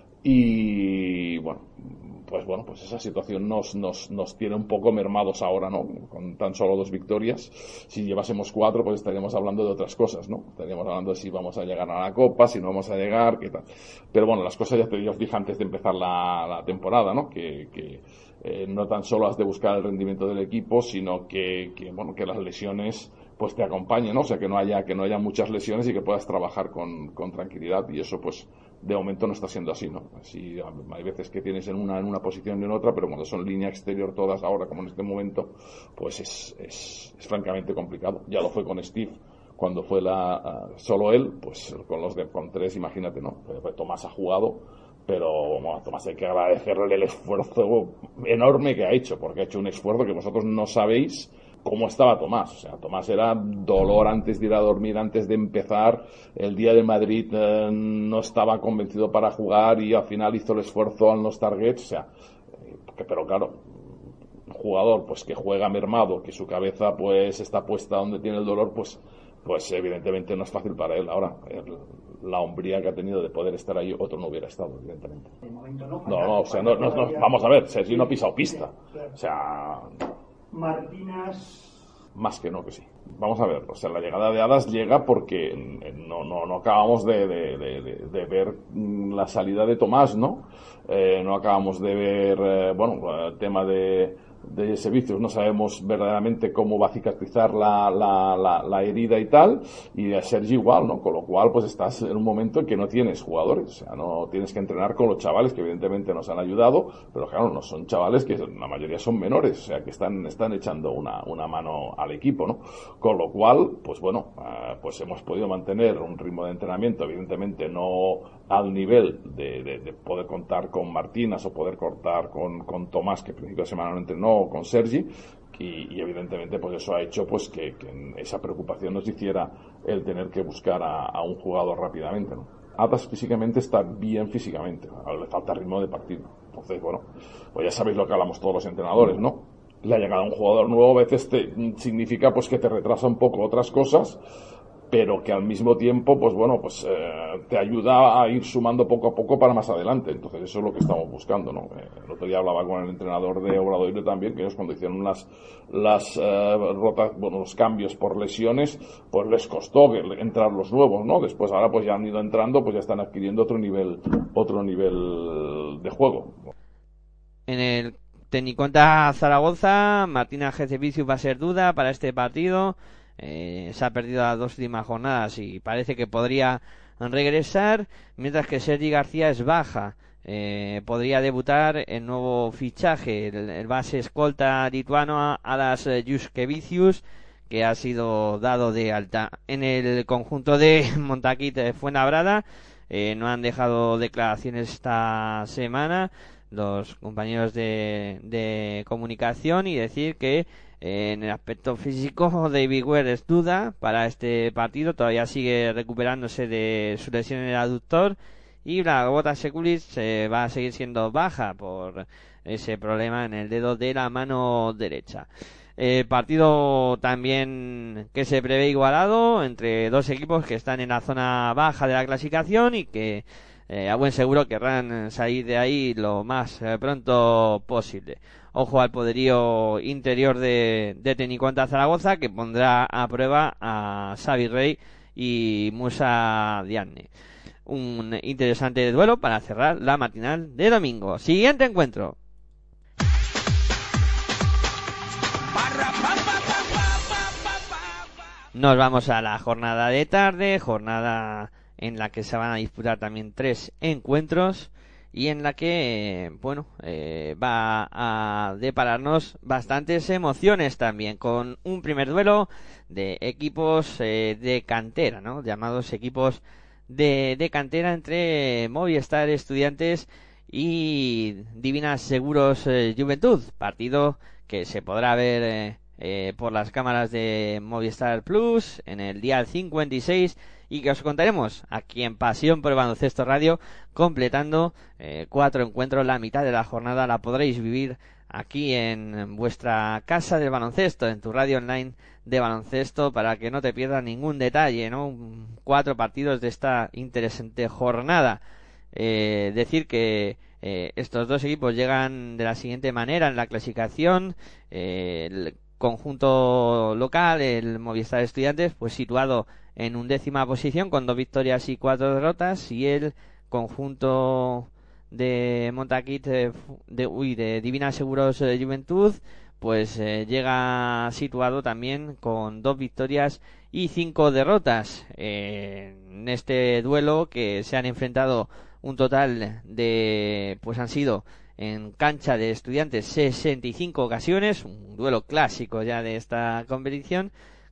y bueno, pues bueno, pues esa situación nos, nos, nos tiene un poco mermados ahora, ¿no? Con tan solo dos victorias. Si llevásemos cuatro, pues estaríamos hablando de otras cosas, ¿no? Estaríamos hablando de si vamos a llegar a la Copa, si no vamos a llegar, qué tal. Pero bueno, las cosas ya te os dije antes de empezar la, la temporada, ¿no? Que, que eh, no tan solo has de buscar el rendimiento del equipo, sino que, que bueno, que las lesiones pues te acompañen, ¿no? O sea, que no haya, que no haya muchas lesiones y que puedas trabajar con, con tranquilidad, y eso pues de momento no está siendo así, ¿no? Así, hay veces que tienes en una en una posición y en otra, pero cuando son línea exterior todas ahora, como en este momento, pues es, es, es francamente complicado. Ya lo fue con Steve cuando fue la uh, solo él, pues con los de con tres, imagínate, ¿no? Pues Tomás ha jugado, pero bueno, a Tomás hay que agradecerle el esfuerzo enorme que ha hecho, porque ha hecho un esfuerzo que vosotros no sabéis cómo estaba Tomás. O sea, Tomás era dolor antes de ir a dormir, antes de empezar. El día de Madrid eh, no estaba convencido para jugar y al final hizo el esfuerzo al no target. O sea, que, pero claro, un jugador pues que juega mermado, que su cabeza pues está puesta donde tiene el dolor, pues pues evidentemente no es fácil para él. Ahora, el, la hombría que ha tenido de poder estar ahí, otro no hubiera estado, evidentemente. No, no, o sea, no, no, no, vamos a ver, Sergi no ha pisado pista. O sea... Martínez. Más que no, que sí. Vamos a ver, o sea, la llegada de Hadas llega porque no, no, no acabamos de, de, de, de ver la salida de Tomás, ¿no? Eh, no acabamos de ver, eh, bueno, el tema de, de servicios, no sabemos verdaderamente cómo va a cicatrizar la, la, la, la herida y tal, y a Sergi igual, ¿no? Con lo cual, pues estás en un momento en que no tienes jugadores, o sea, no tienes que entrenar con los chavales que evidentemente nos han ayudado, pero claro, no son chavales que la mayoría son menores, o sea, que están, están echando una, una mano al equipo, ¿no? Con lo cual, pues bueno, uh, pues hemos podido mantener un ritmo de entrenamiento, evidentemente no al nivel de, de, de poder contar con Martínez o poder contar con, con Tomás, que al principio de semana no entrenó, o con Sergi, y, y evidentemente pues eso ha hecho pues que, que esa preocupación nos hiciera el tener que buscar a, a un jugador rápidamente, ¿no? Hadas físicamente está bien físicamente, le falta ritmo de partido. Entonces, bueno, pues ya sabéis lo que hablamos todos los entrenadores, ¿no? La llegada de un jugador nuevo a veces te significa pues que te retrasa un poco otras cosas, pero que al mismo tiempo, pues bueno, pues eh, te ayuda a ir sumando poco a poco para más adelante. Entonces eso es lo que estamos buscando, ¿no? Eh, el otro día hablaba con el entrenador de Obradoiro también, que ellos cuando hicieron las las eh, rotas, bueno, los cambios por lesiones, pues les costó entrar los nuevos, ¿no? Después ahora pues ya han ido entrando, pues ya están adquiriendo otro nivel, otro nivel de juego. En el Tenicuenta Zaragoza, Martina Gecevicius va a ser duda para este partido. Eh, se ha perdido las dos últimas jornadas y parece que podría regresar, mientras que Sergi García es baja. Eh, podría debutar el nuevo fichaje, el, el base escolta lituano Hadas Juskevicius, que ha sido dado de alta. En el conjunto de Montaquit Fuenlabrada eh, no han dejado declaraciones esta semana los compañeros de, de comunicación, y decir que eh, en el aspecto físico David Ware es duda para este partido, todavía sigue recuperándose de su lesión en el aductor, y Blagota Sekulic eh, va a seguir siendo baja por ese problema en el dedo de la mano derecha. Eh, partido también que se prevé igualado entre dos equipos que están en la zona baja de la clasificación y que Eh, a buen seguro querrán salir de ahí lo más eh, pronto posible. Ojo al poderío interior de, de Tenicuenta Zaragoza, que pondrá a prueba a Xavi Rey y Musa Diagne. Un interesante duelo para cerrar la matinal de domingo. Siguiente encuentro. Nos vamos a la jornada de tarde, jornada en la que se van a disputar también tres encuentros y en la que, bueno, eh, va a depararnos bastantes emociones también, con un primer duelo de equipos eh, de cantera, ¿no? Llamados equipos de, de cantera, entre Movistar Estudiantes y Divinas Seguros eh, Juventud, partido que se podrá ver eh, eh, por las cámaras de Movistar Plus en el dial cincuenta y seis, y que os contaremos aquí en Pasión por el Baloncesto Radio, completando eh, cuatro encuentros. La mitad de la jornada la podréis vivir aquí en vuestra casa del baloncesto, en tu radio online de baloncesto, para que no te pierdas ningún detalle, ¿no? Cuatro partidos de esta interesante jornada. Eh, decir que eh, estos dos equipos llegan de la siguiente manera en la clasificación. Eh, el conjunto local, el Movistar Estudiantes, pues situado en undécima posición con dos victorias y cuatro derrotas, y el conjunto de Montaquit de, de, uy, de Divina Seguros de Juventud, pues eh, llega situado también con dos victorias y cinco derrotas. Eh, en este duelo que se han enfrentado un total de, pues han sido en cancha de Estudiantes sesenta y cinco ocasiones, un duelo clásico ya de esta competición,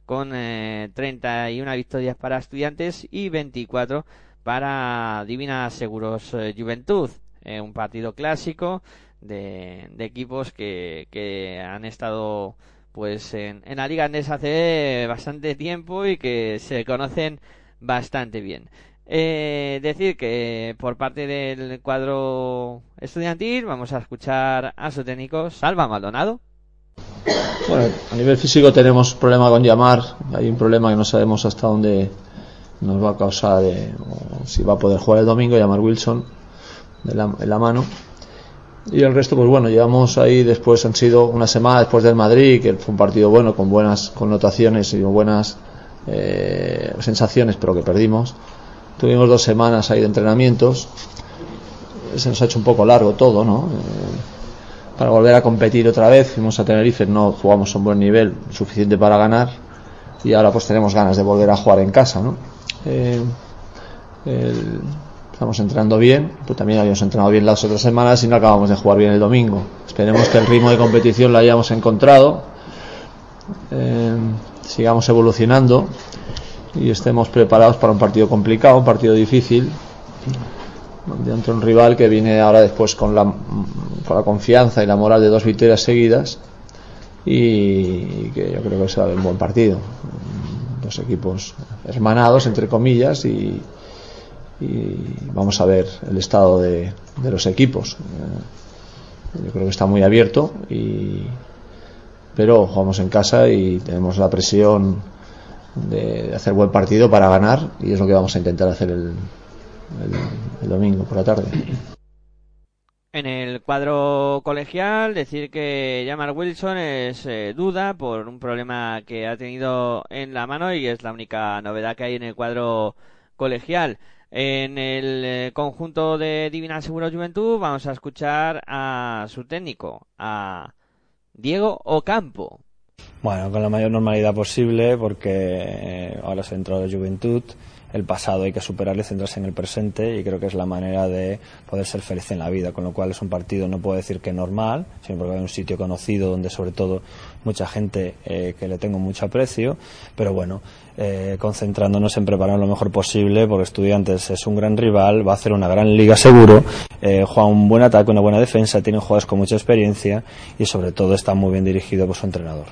con eh, treinta y una victorias para Estudiantes y veinticuatro para Divina Seguros eh, Juventud. Eh, un partido clásico de, de equipos que, que han estado pues en, en la Liga Andesa hace bastante tiempo y que se conocen bastante bien. Eh, decir que por parte del cuadro estudiantil vamos a escuchar a su técnico Salva Maldonado. Bueno, a nivel físico tenemos problema con Yamar, hay un problema que no sabemos hasta dónde nos va a causar, eh, o si va a poder jugar el domingo, Yamar Wilson de la, en la mano, y el resto pues bueno, llevamos ahí, después han sido una semana después del Madrid, que fue un partido bueno, con buenas connotaciones y buenas eh, sensaciones, pero que perdimos. Tuvimos dos semanas ahí de entrenamientos, se nos ha hecho un poco largo todo, ¿no? Eh, para volver a competir otra vez, fuimos a Tenerife, no jugamos a un buen nivel, suficiente para ganar, y ahora pues tenemos ganas de volver a jugar en casa, ¿no? Eh, el, estamos entrenando bien, pues también habíamos entrenado bien las otras semanas y no acabamos de jugar bien el domingo. Esperemos que el ritmo de competición lo hayamos encontrado, eh, sigamos evolucionando y estemos preparados para un partido complicado, un partido difícil, ante un rival que viene ahora después con la, con la confianza y la moral de dos victorias seguidas, y que yo creo que será un buen partido. Dos equipos hermanados, entre comillas, y, y vamos a ver el estado de, de los equipos. Yo creo que está muy abierto, y, pero jugamos en casa y tenemos la presión de hacer buen partido para ganar, y es lo que vamos a intentar hacer el, el, el domingo por la tarde. En el cuadro colegial, decir que Yamar Wilson es eh, duda por un problema que ha tenido en la mano, y es la única novedad que hay en el cuadro colegial. En el eh, conjunto de Divina Seguros Juventud vamos a escuchar a su técnico, a Diego Ocampo. Bueno, con la mayor normalidad posible, porque eh, ahora se ha entrado de Juventud, el pasado hay que superarlo y centrarse en el presente, y creo que es la manera de poder ser feliz en la vida, con lo cual es un partido, no puedo decir que normal, sino porque hay un sitio conocido donde sobre todo mucha gente eh, que le tengo mucho aprecio, pero bueno, eh, concentrándonos en preparar lo mejor posible, porque Estudiantes es un gran rival, va a hacer una gran liga seguro, eh, juega un buen ataque, una buena defensa, tiene jugadores con mucha experiencia y sobre todo está muy bien dirigido por su entrenador.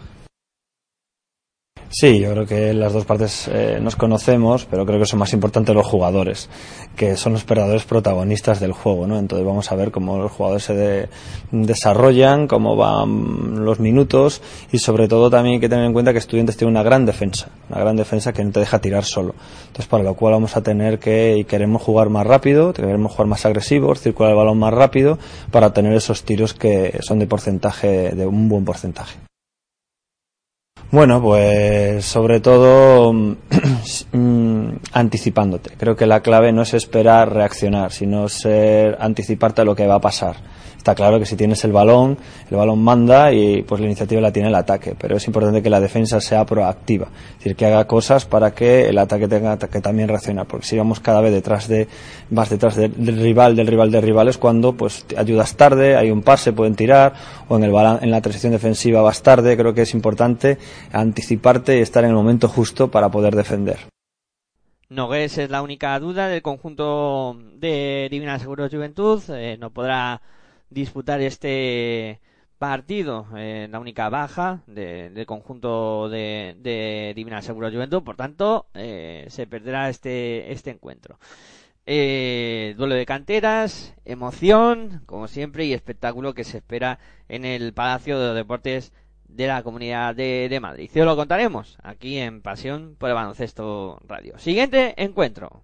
Sí, yo creo que las dos partes eh, nos conocemos, pero creo que son más importantes los jugadores, que son los verdaderos protagonistas del juego, ¿no? Entonces vamos a ver cómo los jugadores se de, desarrollan, cómo van los minutos, y sobre todo también hay que tener en cuenta que Estudiantes tiene una gran defensa, una gran defensa que no te deja tirar solo. Entonces para lo cual vamos a tener que, y queremos jugar más rápido, queremos jugar más agresivos, circular el balón más rápido, para tener esos tiros que son de porcentaje, de un buen porcentaje. Bueno, pues sobre todo anticipándote. Creo que la clave no es esperar reaccionar, sino ser anticiparte a lo que va a pasar. Está claro que si tienes el balón, el balón manda y pues la iniciativa la tiene el ataque, pero es importante que la defensa sea proactiva, es decir, que haga cosas para que el ataque tenga que también reaccionar, porque si vamos cada vez detrás de, vas detrás de, del rival, del rival, del rival, es cuando pues ayudas tarde, hay un pase, pueden tirar, o en el balan, en la transición defensiva vas tarde. Creo que es importante anticiparte y estar en el momento justo para poder defender. Nogués es la única duda del conjunto de Divina Seguros Juventud, eh, no podrá disputar este partido, eh, la única baja de, del conjunto de, de Divina Seguros Juventud, por tanto eh, se perderá este, este encuentro. Eh, duelo de canteras, emoción, como siempre, y espectáculo que se espera en el Palacio de los Deportes de la Comunidad de, de Madrid. Y os lo contaremos aquí en Pasión por el Baloncesto Radio. Siguiente encuentro.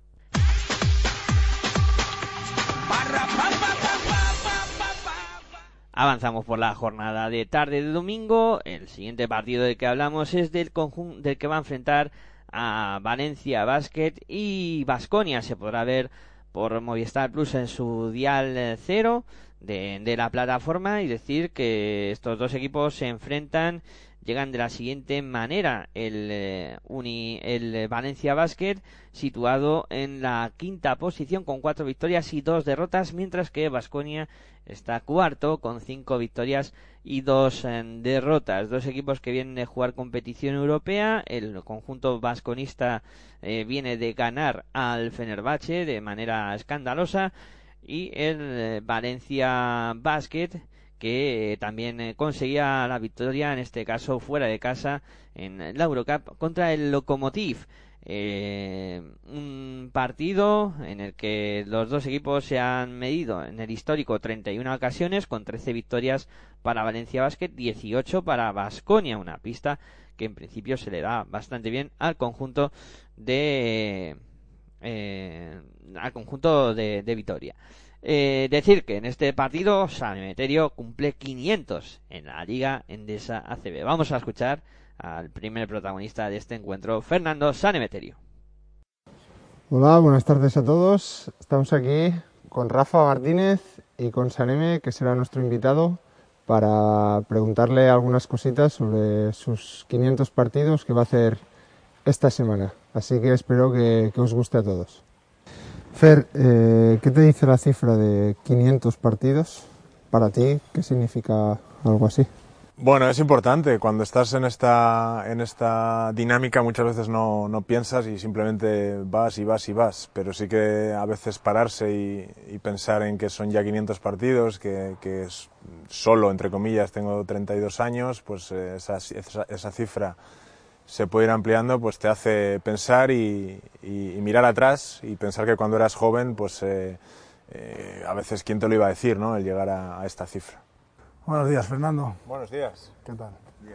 Avanzamos por la jornada de tarde de domingo. El siguiente partido del que hablamos es del conjunto del que va a enfrentar a Valencia Basket y Baskonia. Se podrá ver por Movistar Plus en su dial cero de, de la plataforma, y decir que estos dos equipos se enfrentan llegan de la siguiente manera: el, eh, Uni, el Valencia Basket, situado en la quinta posición con cuatro victorias y dos derrotas, mientras que Baskonia está cuarto con cinco victorias y dos eh, derrotas. Dos equipos que vienen de jugar competición europea. El conjunto vasconista eh, viene de ganar al Fenerbahce de manera escandalosa, y el eh, Valencia Basket, que eh, también eh, conseguía la victoria, en este caso fuera de casa, en la Eurocup contra el Lokomotiv. Eh, un partido en el que los dos equipos se han medido en el histórico treinta y una ocasiones, con trece victorias para Valencia Basket, dieciocho para Baskonia, una pista que en principio se le da bastante bien al conjunto de eh, al conjunto de, de Vitoria. Eh, decir que en este partido San Emeterio cumple quinientos en la Liga Endesa A C B. Vamos a escuchar al primer protagonista de este encuentro, Fernando San Emeterio. Hola, buenas tardes a todos. Estamos aquí con Rafa Martínez y con Saneme, que será nuestro invitado, para preguntarle algunas cositas sobre sus quinientos partidos que va a hacer esta semana. Así que espero que, que os guste a todos. Fer, eh, ¿qué te dice la cifra de quinientos partidos para ti? ¿Qué significa algo así? Bueno, es importante. Cuando estás en esta, en esta dinámica muchas veces no, no piensas y simplemente vas y vas y vas, pero sí que a veces pararse y, y pensar en que son ya quinientos partidos, que, que es solo, entre comillas, tengo treinta y dos años, pues esa, esa, esa cifra se puede ir ampliando, pues te hace pensar y, y, y mirar atrás y pensar que cuando eras joven, pues eh, eh, a veces quién te lo iba a decir, ¿no?, el llegar a, a esta cifra. Buenos días, Fernando. Buenos días. ¿Qué tal? Bien.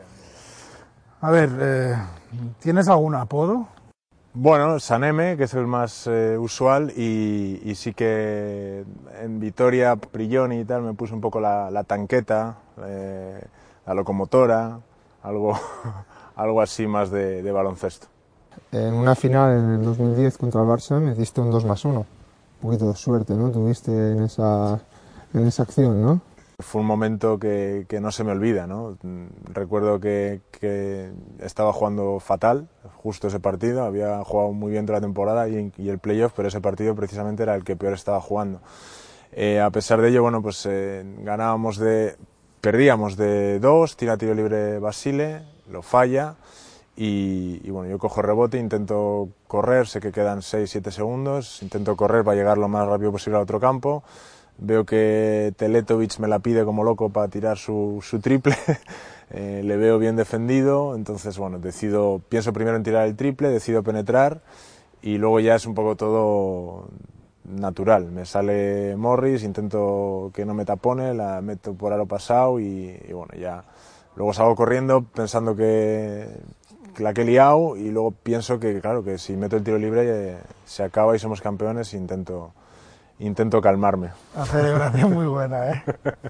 A ver, eh, ¿tienes algún apodo? Bueno, Saneme, que es el más eh, usual, y, y sí que en Vitoria, Prigioni y tal, me puse un poco la, la tanqueta, eh, la locomotora, algo, algo así más de, de baloncesto. En una final en el dos mil diez contra el Barça me diste un dos más uno. Un poquito de suerte, ¿no? Tuviste en esa, en esa acción, ¿no? Fue un momento que, que no se me olvida, ¿no? Recuerdo que, que estaba jugando fatal, justo ese partido, había jugado muy bien toda la temporada y, y el playoff, pero ese partido precisamente era el que peor estaba jugando. Eh, a pesar de ello, bueno, pues eh, ganábamos de, perdíamos de dos, tira tiro libre Basile, lo falla y, y bueno, yo cojo rebote, intento correr, sé que quedan seis siete segundos, intento correr para llegar lo más rápido posible al otro campo. Veo que Teletovic me la pide como loco para tirar su, su triple, eh, le veo bien defendido, entonces bueno, decido, pienso primero en tirar el triple, decido penetrar y luego ya es un poco todo natural. Me sale Morris, intento que no me tapone, la meto por aro pasado y, y bueno, ya luego salgo corriendo pensando que la que he liado y luego pienso que claro, que si meto el tiro libre eh, se acaba y somos campeones e intento... Intento calmarme. La celebración muy buena, ¿eh?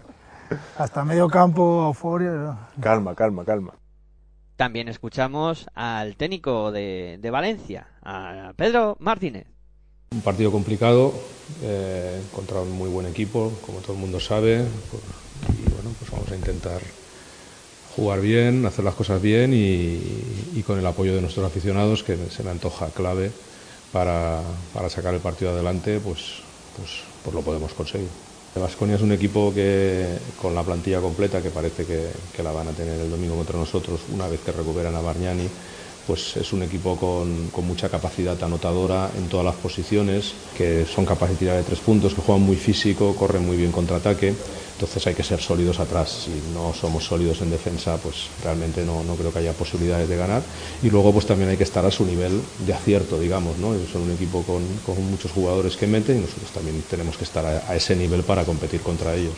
Hasta medio campo, euforia, ¿no? Calma, calma, calma. También escuchamos al técnico de, de Valencia, a Pedro Martínez. Un partido complicado, eh, contra un muy buen equipo, como todo el mundo sabe. Pues, y bueno, pues vamos a intentar jugar bien, hacer las cosas bien y, y con el apoyo de nuestros aficionados, que se me antoja clave para, para sacar el partido adelante, pues Pues, pues lo podemos conseguir. Baskonia es un equipo que con la plantilla completa, que parece que, que la van a tener el domingo contra nosotros, una vez que recuperan a Bargnani, pues es un equipo con, con mucha capacidad anotadora en todas las posiciones, que son capaces de tirar de tres puntos, que juegan muy físico, corren muy bien contraataque, entonces hay que ser sólidos atrás. Si no somos sólidos en defensa, pues realmente no, no creo que haya posibilidades de ganar. Y luego pues también hay que estar a su nivel de acierto, digamos, ¿no? Son un equipo con, con muchos jugadores que meten y nosotros también tenemos que estar a, a ese nivel para competir contra ellos.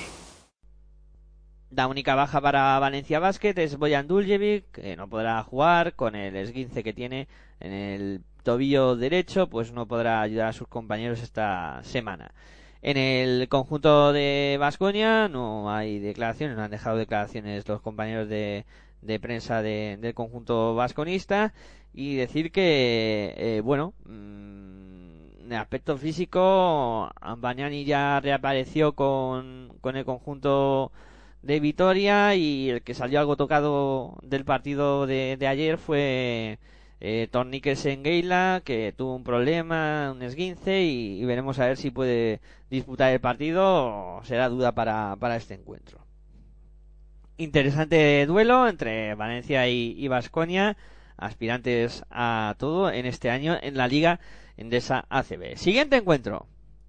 La única baja para Valencia Basket es Bojan Duljevic, que no podrá jugar con el esguince que tiene en el tobillo derecho, pues no podrá ayudar a sus compañeros esta semana. En el conjunto de Baskonia no hay declaraciones, no han dejado declaraciones los compañeros de, de prensa de, del conjunto vasconista, y decir que, eh, bueno, mmm, en el aspecto físico, Bargnani ya reapareció con, con el conjunto de Vitoria, y el que salió algo tocado del partido de, de ayer fue eh, Torniques Engeila, que tuvo un problema, un esguince, y, y veremos a ver si puede disputar el partido o será duda para, para este encuentro. Interesante duelo entre Valencia y Baskonia, aspirantes a todo en este año en la Liga Endesa A C B. Siguiente encuentro.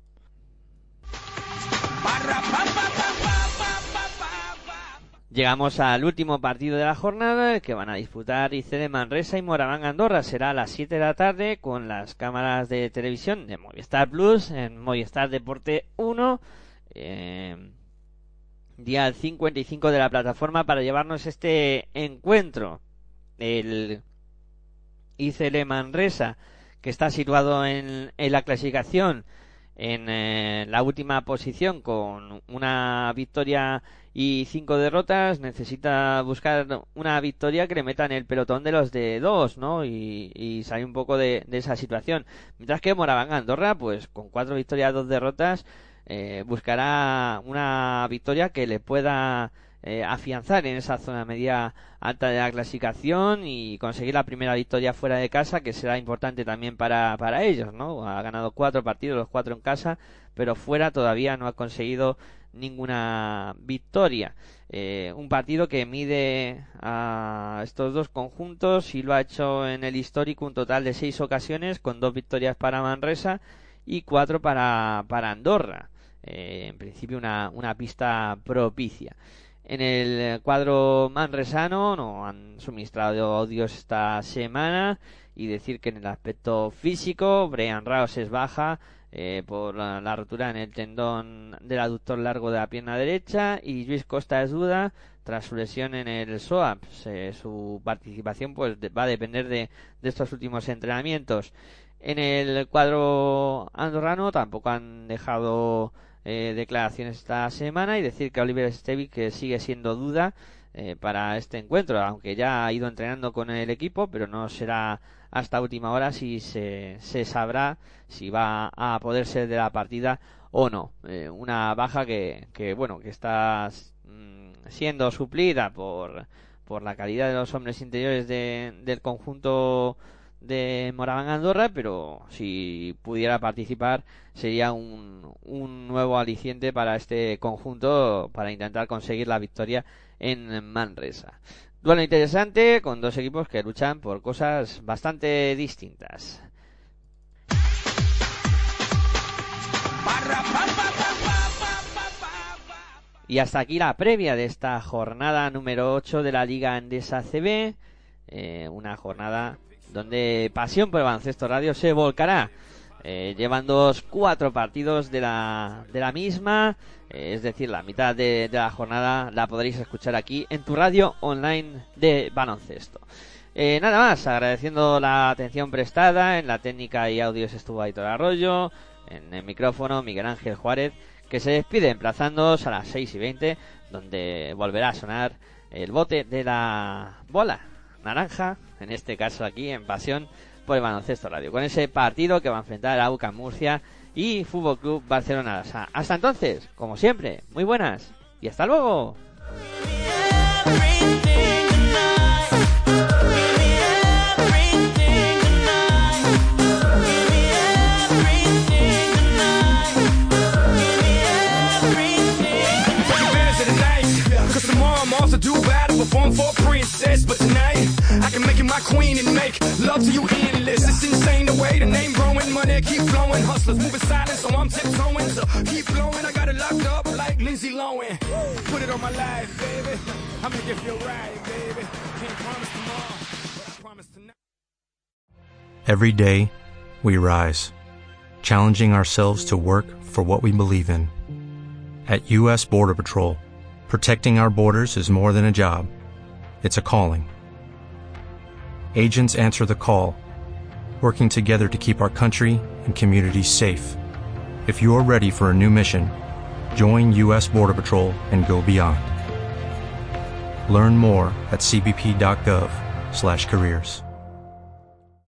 Llegamos al último partido de la jornada, que van a disputar I C D Manresa y Moraván Andorra. Será a las siete de la tarde con las cámaras de televisión de Movistar Plus en Movistar Deporte uno, eh, día cincuenta y cinco de la plataforma, para llevarnos este encuentro. El I C D Manresa, que está situado en, en la clasificación en eh, la última posición con una victoria y cinco derrotas, necesita buscar una victoria que le meta en el pelotón de los de dos, ¿no? Y, y salir un poco de, de esa situación. Mientras que Moraván Andorra, pues con cuatro victorias, dos derrotas, eh, buscará una victoria que le pueda eh, afianzar en esa zona media alta de la clasificación y conseguir la primera victoria fuera de casa, que será importante también para, para ellos, ¿no? Ha ganado cuatro partidos, los cuatro en casa, pero fuera todavía no ha conseguido ninguna victoria. Eh, un partido que mide a estos dos conjuntos y lo ha hecho en el histórico un total de seis ocasiones, con dos victorias para Manresa y cuatro para, para Andorra. Eh, en principio una, una pista propicia. En el cuadro manresano no han suministrado audios esta semana, y decir que en el aspecto físico Brian Raos es baja eh, por la, la rotura en el tendón del aductor largo de la pierna derecha, y Luis Costa es duda tras su lesión en el S O A P. Eh, su participación pues de, va a depender de, de estos últimos entrenamientos. En el cuadro andorrano tampoco han dejado Eh, declaraciones esta semana, y decir que Oliver Stevic, que sigue siendo duda eh, para este encuentro, aunque ya ha ido entrenando con el equipo, pero no será hasta última hora si se, se sabrá si va a poder ser de la partida o no. Eh, una baja que, que bueno, que está mm, siendo suplida por, por la calidad de los hombres interiores de, del conjunto de Moraván Andorra, pero si pudiera participar sería un, un nuevo aliciente para este conjunto para intentar conseguir la victoria en Manresa. Duelo interesante con dos equipos que luchan por cosas bastante distintas. Y hasta aquí la previa de esta jornada número ocho de la Liga Endesa A C B, eh, una jornada donde Pasión por el Baloncesto Radio se volcará. Eh, llevan dos cuatro partidos de la, de la misma, eh, es decir, la mitad de, de la jornada la podréis escuchar aquí en tu radio online de baloncesto. Eh, nada más, agradeciendo la atención prestada. En la técnica y audios estuvo Aitor Arroyo, en el micrófono Miguel Ángel Juárez, que se despide emplazándoos a las seis y veinte, donde volverá a sonar el bote de la bola naranja, en este caso aquí en Pasión por el Baloncesto Radio, con ese partido que va a enfrentar a UCAM Murcia y Fútbol Club Barcelona. Hasta entonces, como siempre, muy buenas y hasta luego. Perform for a princess, but tonight I can make you my queen and make love to you endless. It's insane the way the name growing, money keep flowing, hustlers moving silent, so I'm tiptoeing. So keep blowing, I got it locked up like Lindsay Lohan. Put it on my life, baby. I'm gonna give you a ride, baby. Can't promise tomorrow, but I promise tonight. Every day, we rise, challenging ourselves to work for what we believe in. At U S Border Patrol, protecting our borders is more than a job. It's a calling. Agents answer the call, working together to keep our country and communities safe. If you are ready for a new mission, join U S Border Patrol and go beyond. Learn more at c b p dot gov slash careers.